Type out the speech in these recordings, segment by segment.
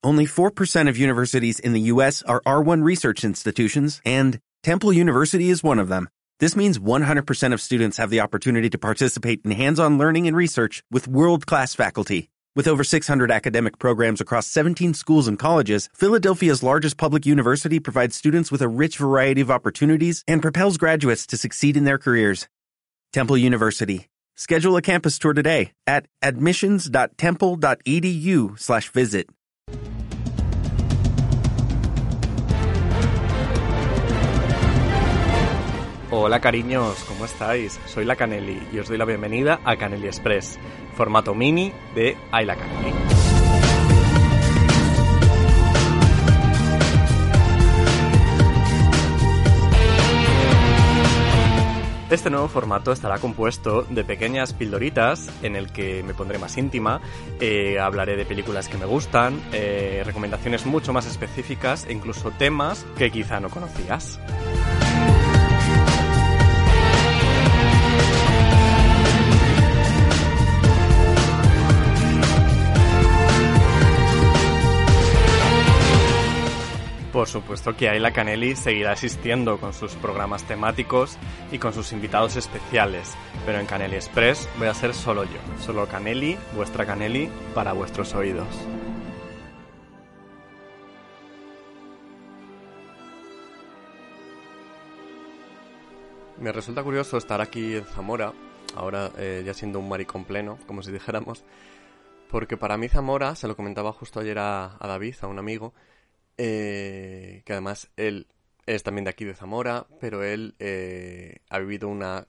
Only 4% of universities in the U.S. are R1 research institutions, and Temple University is one of them. This means 100% of students have the opportunity to participate in hands-on learning and research with world-class faculty. With over 600 academic programs across 17 schools and colleges, Philadelphia's largest public university provides students with a rich variety of opportunities and propels graduates to succeed in their careers. Temple University. Schedule a campus tour today at admissions.temple.edu/visit. Hola cariños, ¿cómo estáis? Soy la Canelli y os doy la bienvenida a Canelli Express, formato mini de Ay la Canelli. Este nuevo formato estará compuesto de pequeñas pildoritas en el que me pondré más íntima, hablaré de películas que me gustan, recomendaciones mucho más específicas e incluso temas que quizá no conocías. Por supuesto que Ay la Canelli seguirá existiendo con sus programas temáticos y con sus invitados especiales, pero en Canelli Express voy a ser solo yo, solo Canelli, vuestra Canelli, para vuestros oídos. Me resulta curioso estar aquí en Zamora, ahora ya siendo un maricón pleno, como si dijéramos, porque para mí Zamora, se lo comentaba justo ayer a David, a un amigo, que además él es también de aquí de Zamora, pero él ha vivido una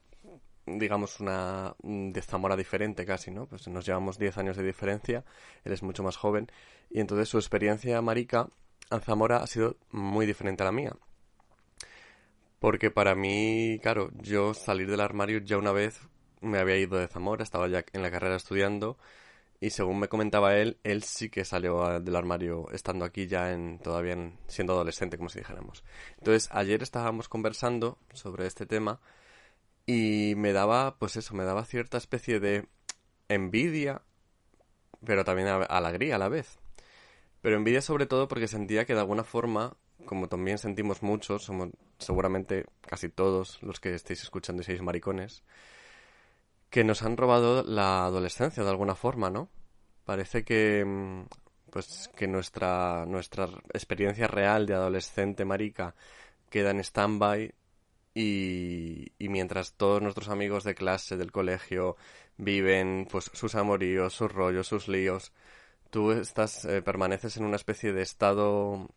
de Zamora diferente casi, ¿no? Pues nos llevamos 10 años de diferencia, él es mucho más joven, y entonces su experiencia marica en Zamora ha sido muy diferente a la mía. Porque para mí, claro, yo salir del armario ya una vez me había ido de Zamora, estaba ya en la carrera estudiando. Y según me comentaba él sí que salió del armario estando aquí ya siendo adolescente, como si dijéramos. Entonces, ayer estábamos conversando sobre este tema y me daba cierta especie de envidia, pero también alegría a la vez. Pero envidia sobre todo porque sentía que de alguna forma, como también sentimos muchos, somos seguramente casi todos los que estéis escuchando y seis maricones, que nos han robado la adolescencia de alguna forma, ¿no? Parece que nuestra experiencia real de adolescente marica queda en stand-by y mientras todos nuestros amigos de clase, del colegio, viven pues sus amoríos, sus rollos, sus líos, tú permaneces en una especie de estado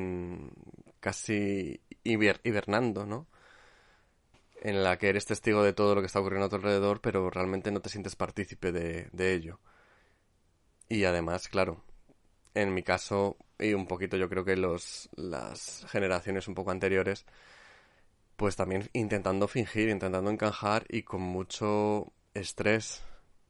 casi hibernando, ¿no? En la que eres testigo de todo lo que está ocurriendo a tu alrededor, pero realmente no te sientes partícipe de ello. Y además, claro, en mi caso, y un poquito yo creo que las generaciones un poco anteriores, pues también intentando fingir, intentando encajar y con mucho estrés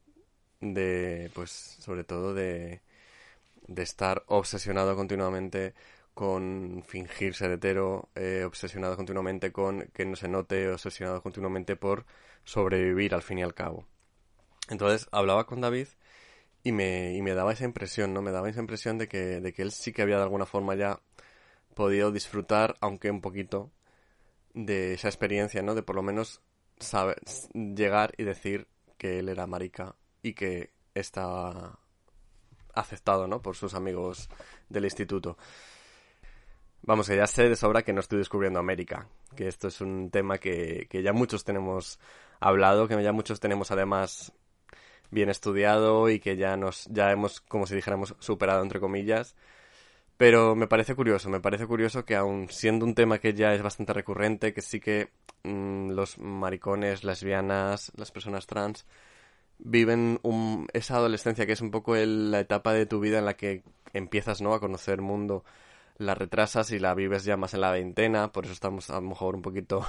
sobre todo de estar obsesionado continuamente con fingir ser hetero, obsesionado continuamente con que no se note, obsesionado continuamente por sobrevivir al fin y al cabo. Entonces hablaba con David y me daba esa impresión, ¿no? Me daba esa impresión de que él sí que había de alguna forma ya podido disfrutar, aunque un poquito, de esa experiencia, ¿no? De por lo menos llegar y decir que él era marica y que estaba aceptado, ¿no? Por sus amigos del instituto. Vamos, que ya sé de sobra que no estoy descubriendo América, que esto es un tema que ya muchos tenemos hablado, que ya muchos tenemos además bien estudiado y que ya hemos, como si dijéramos, superado entre comillas. Pero me parece curioso que aun siendo un tema que ya es bastante recurrente, que sí que los maricones, lesbianas, las personas trans viven esa adolescencia que es un poco la etapa de tu vida en la que empiezas, ¿no?, a conocer el mundo, la retrasas y la vives ya más en la veintena, por eso estamos a lo mejor un poquito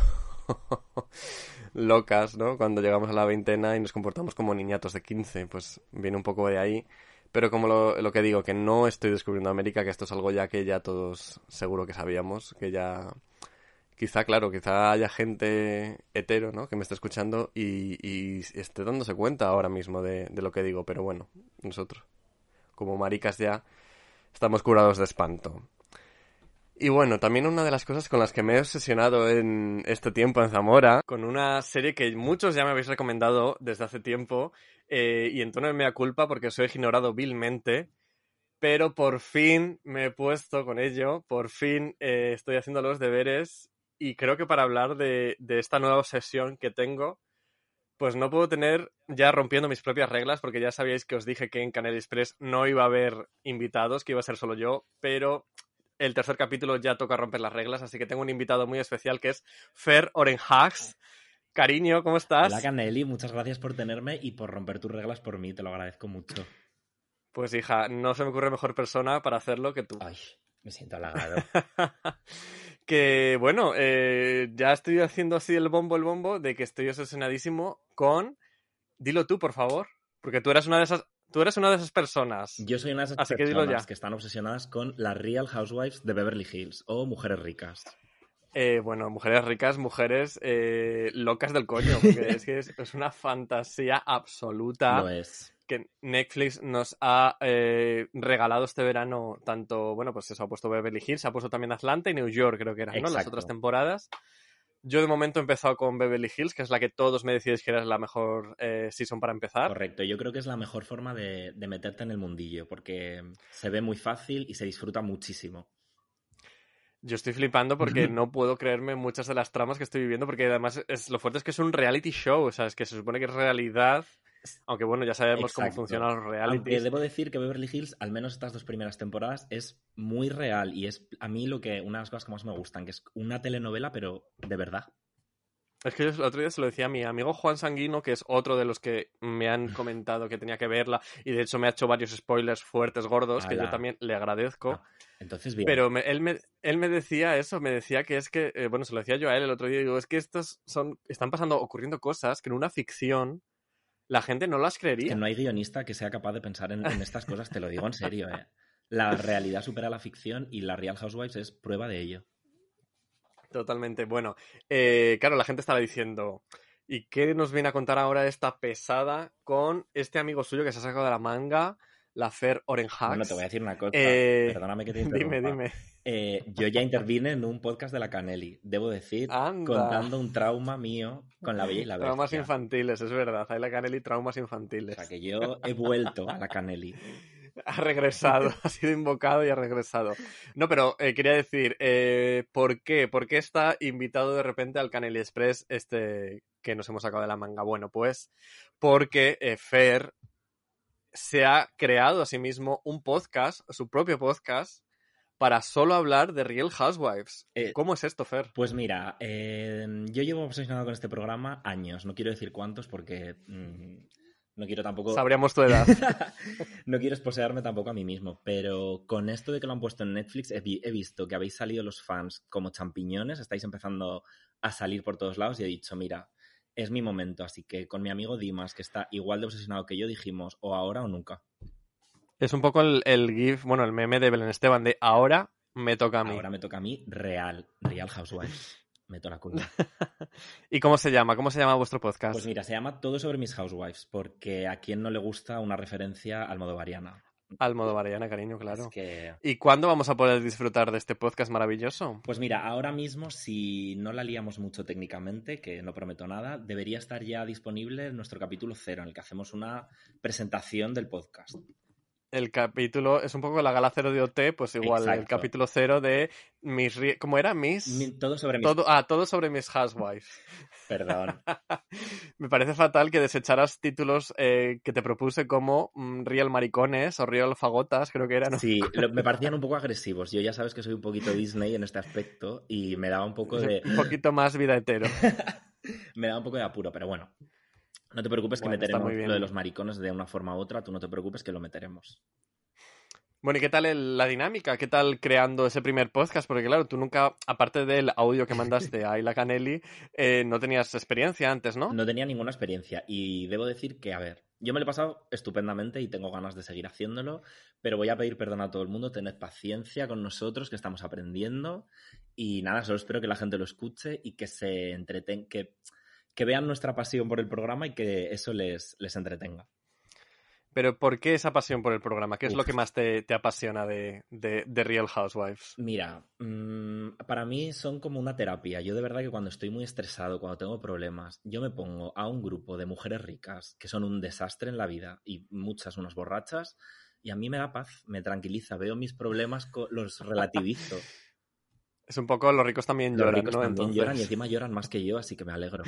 locas, ¿no?, cuando llegamos a la veintena y nos comportamos como niñatos de 15, pues viene un poco de ahí. Pero como lo que digo, que no estoy descubriendo América, que esto es algo ya que ya todos seguro que sabíamos, que ya quizá haya gente hetero, ¿no?, que me esté escuchando y esté dándose cuenta ahora mismo de lo que digo, pero bueno, nosotros como maricas ya estamos curados de espanto. Y bueno, también una de las cosas con las que me he obsesionado en este tiempo en Zamora, con una serie que muchos ya me habéis recomendado desde hace tiempo, y en tono de mea culpa porque os he ignorado vilmente, pero por fin me he puesto con ello, por fin estoy haciendo los deberes, y creo que para hablar de esta nueva obsesión que tengo, pues no puedo tener ya rompiendo mis propias reglas, porque ya sabíais que os dije que en Canal Express no iba a haber invitados, que iba a ser solo yo, pero el tercer capítulo ya toca romper las reglas, así que tengo un invitado muy especial que es Fer Orenhags. Cariño, ¿cómo Hola, estás? Caneli, muchas gracias por tenerme y por romper tus reglas por mí, te lo agradezco mucho. Pues hija, no se me ocurre mejor persona para hacerlo que tú. Ay, me siento halagado. Que bueno, ya estoy haciendo así el bombo de que estoy obsesionadísimo con... Dilo tú, por favor, porque tú eres una de esas personas. Yo soy una de esas Así que dilo personas ya. que están obsesionadas con las Real Housewives de Beverly Hills o mujeres ricas. Bueno, mujeres ricas, mujeres locas del coño, porque es que es una fantasía absoluta Lo es. que Netflix nos ha regalado este verano. Tanto, bueno, pues eso, ha puesto Beverly Hills, ha puesto también Atlanta y New York, creo que eran, ¿no? Las Exacto. otras temporadas. Yo de momento he empezado con Beverly Hills, que es la que todos me decíais que era la mejor season para empezar. Correcto, yo creo que es la mejor forma de meterte en el mundillo, porque se ve muy fácil y se disfruta muchísimo. Yo estoy flipando porque no puedo creerme muchas de las tramas que estoy viviendo, porque además lo fuerte es que es un reality show, o sea, es que se supone que es realidad, aunque bueno, ya sabemos cómo Exacto. funcionan los realities. Aunque debo decir que Beverly Hills, al menos estas 2 primeras temporadas, es muy real y es a mí una de las cosas que más me gustan, que es una telenovela, pero de verdad. Es que yo el otro día se lo decía a mi amigo Juan Sanguino, que es otro de los que me han comentado que tenía que verla, y de hecho me ha hecho varios spoilers fuertes, gordos, que yo ¡Hala! también le agradezco. Ah, entonces bien. Pero él me decía eso, me decía que es que, bueno, se lo decía yo a él el otro día, digo, es que están ocurriendo cosas que en una ficción la gente no las Es que creería. no hay guionista que sea capaz de pensar en estas cosas, te lo digo en serio, ¿eh? La realidad supera la ficción y la Real Housewives es prueba de ello. Totalmente. Bueno, claro, la gente estará diciendo, ¿y qué nos viene a contar ahora esta pesada con este amigo suyo que se ha sacado de la manga, la Fer Orenhags? Bueno, te voy a decir una cosa, perdóname que te interrumpa. Dime. Yo ya intervine en un podcast de la Caneli, debo decir, Anda. contando un trauma mío con La Bella y la Bestia. Traumas infantiles, es verdad. Hay la Caneli traumas O infantiles. sea, que yo he vuelto a la Caneli. Ha regresado, ha sido invocado y ha regresado. No, pero quería decir, ¿por qué? ¿Por qué está invitado de repente al Caneli Express este que nos hemos sacado de la manga? Bueno, pues porque Fer se ha creado a sí mismo un podcast, su propio podcast, para solo hablar de Real Housewives. ¿Cómo es esto, Fer? Pues mira, yo llevo obsesionado con este programa años, no quiero decir cuántos porque no quiero tampoco... Sabríamos tu edad. No quiero esposearme tampoco a mí mismo, pero con esto de que lo han puesto en Netflix he visto que habéis salido los fans como champiñones, estáis empezando a salir por todos lados y he dicho, mira, es mi momento, así que con mi amigo Dimas, que está igual de obsesionado que yo, dijimos, o ahora o nunca. Es un poco el gif, bueno, el meme de Belén Esteban de ahora me toca a mí. Ahora me toca a mí Real Housewives. Meto la cuña. ¿Y cómo se llama? ¿Cómo se llama vuestro podcast? Pues mira, se llama Todo sobre mis Housewives, porque a quien no le gusta una referencia al modo Variana. Al modo Variana, cariño, claro. Es que... ¿Y cuándo vamos a poder disfrutar de este podcast maravilloso? Pues mira, ahora mismo, si no la liamos mucho técnicamente, que no prometo nada, debería estar ya disponible nuestro capítulo 0, en el que hacemos una presentación del podcast. El capítulo es un poco la gala 0 de OT, pues igual, Exacto. El capítulo 0 de mis... ¿Cómo era? Todo sobre mis... todo sobre mis housewives. Perdón. Me parece fatal que desecharas títulos que te propuse como Real Maricones o Real Fagotas, creo que eran. Sí, me parecían un poco agresivos. Yo ya sabes que soy un poquito Disney en este aspecto y me daba un poco de... Un poquito más vida hetero. Me daba un poco de apuro, pero bueno. No te preocupes que Bueno, meteremos lo de los maricones de una forma u otra. Tú no te preocupes que lo meteremos. Bueno, ¿y qué tal la dinámica? ¿Qué tal creando ese primer podcast? Porque claro, tú nunca, aparte del audio que mandaste a Ayla Canelli, no tenías experiencia antes, ¿no? No tenía ninguna experiencia y debo decir que, a ver, yo me lo he pasado estupendamente y tengo ganas de seguir haciéndolo, pero voy a pedir perdón a todo el mundo, tened paciencia con nosotros que estamos aprendiendo y nada, solo espero que la gente lo escuche y que se entretenga, que vean nuestra pasión por el programa y que eso les entretenga. Pero ¿por qué esa pasión por el programa? ¿Qué es lo que más te apasiona de Real Housewives? Mira, para mí son como una terapia. Yo de verdad que cuando estoy muy estresado, cuando tengo problemas, yo me pongo a un grupo de mujeres ricas que son un desastre en la vida y muchas unas borrachas y a mí me da paz, me tranquiliza, veo mis problemas, los relativizo. Es un poco, los ricos también lloran, los ricos ¿no? también Entonces... lloran y encima lloran más que yo, así que me alegro.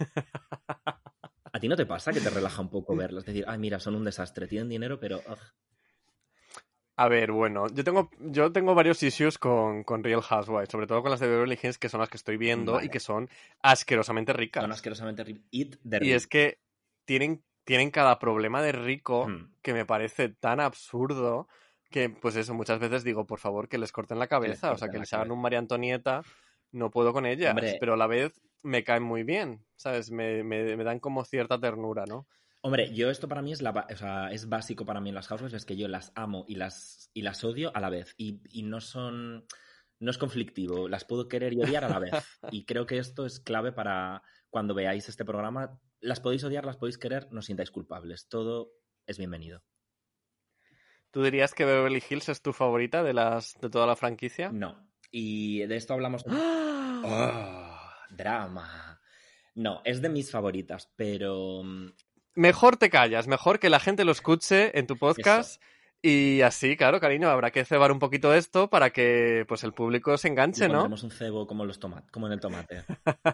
¿A ti no te pasa que te relaja un poco verlos? Es decir, ay, mira, son un desastre, tienen dinero, pero... Ugh. A ver, bueno, yo tengo varios issues con Real Housewives, sobre todo con las de Beverly Hills, que son las que estoy viendo y que son asquerosamente ricas. Son asquerosamente ricas. Y es que tienen cada problema de rico que me parece tan absurdo que, pues eso, muchas veces digo, por favor, que les corten la cabeza, o sea, que les hagan un María Antonieta, no puedo con ellas, hombre, pero a la vez me caen muy bien, ¿sabes? Me dan como cierta ternura, ¿no? Hombre, yo esto para mí es básico para mí en las Housewives, es que yo las amo y las odio a la vez, y no es conflictivo, las puedo querer y odiar a la vez, y creo que esto es clave para cuando veáis este programa, las podéis odiar, las podéis querer, no os sintáis culpables, todo es bienvenido. ¿Tú dirías que Beverly Hills es tu favorita de toda la franquicia? No. Y de esto hablamos... ¡Oh! Drama. No, es de mis favoritas, pero... Mejor te callas, mejor que la gente lo escuche en tu podcast. Eso. Y así, claro, cariño, habrá que cebar un poquito esto para que pues el público se enganche, ¿no? Tenemos un cebo como en el tomate.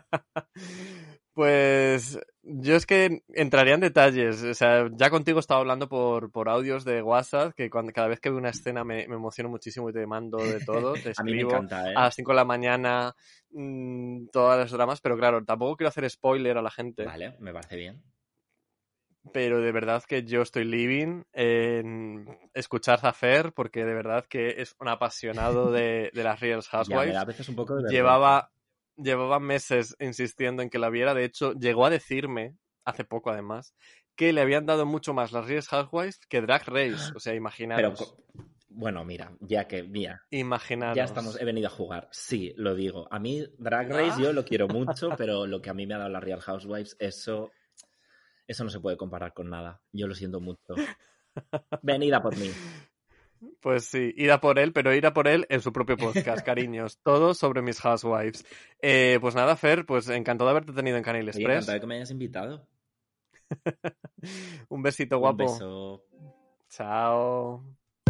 Pues yo es que entraría en detalles. O sea, ya contigo estaba hablando por audios de WhatsApp, que cada vez que veo una escena me emociono muchísimo y te mando de todo. Te escribo a mí me encanta, a las 5 de la mañana todas las dramas, pero claro, tampoco quiero hacer spoiler a la gente. Vale, me parece bien. Pero de verdad que yo estoy living en escuchar Zafer, porque de verdad que es un apasionado de las Real Housewives. Ya, me da a veces un poco de Llevaba meses insistiendo en que la viera. De hecho, llegó a decirme, hace poco además, que le habían dado mucho más las Real Housewives que Drag Race. O sea, imaginaros. Pero, bueno, mira. Imaginaros. Ya he venido a jugar. Sí, lo digo. A mí, Drag Race yo lo quiero mucho, pero lo que a mí me ha dado las Real Housewives, eso no se puede comparar con nada. Yo lo siento mucho. Venida por mí. Pues sí, ir a por él, pero ir a por él en su propio podcast, cariños. Todo sobre mis Housewives. Pues nada, Fer, pues encantado de haberte tenido en Canal Express. Encantado de que me hayas invitado. Un besito, guapo. Un beso. Chao.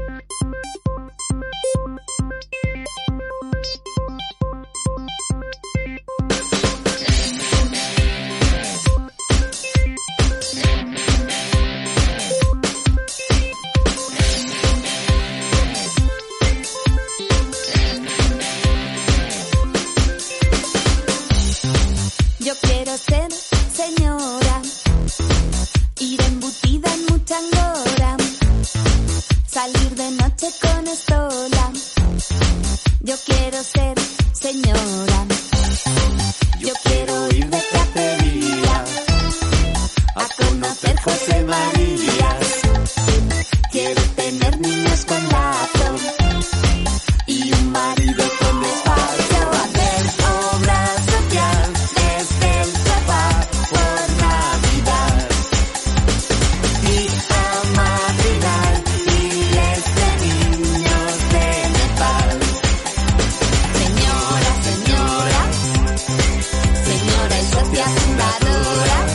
Yo quiero ser señora, ir embutida en mucha angora, salir de noche con estola. Yo quiero ser señora. Yo quiero ir de cacería a conocer José María. Quiero tener niños con lazo y un marido con despacho, hacer obra social desde el sofá por Navidad y amadrinar miles de niños de Nepal. Señora, señora, señora y socia fundadora.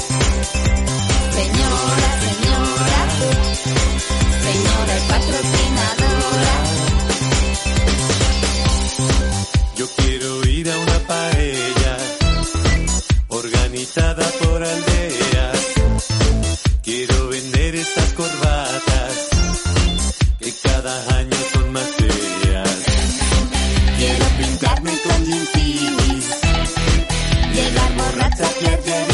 Señora, señora, señora y patrocinadora. Yo quiero ir a una paella organizada por aldeas. Quiero vender esas corbatas que cada año son más feas. Quiero pintarme con jeans, llegar borracha a Claire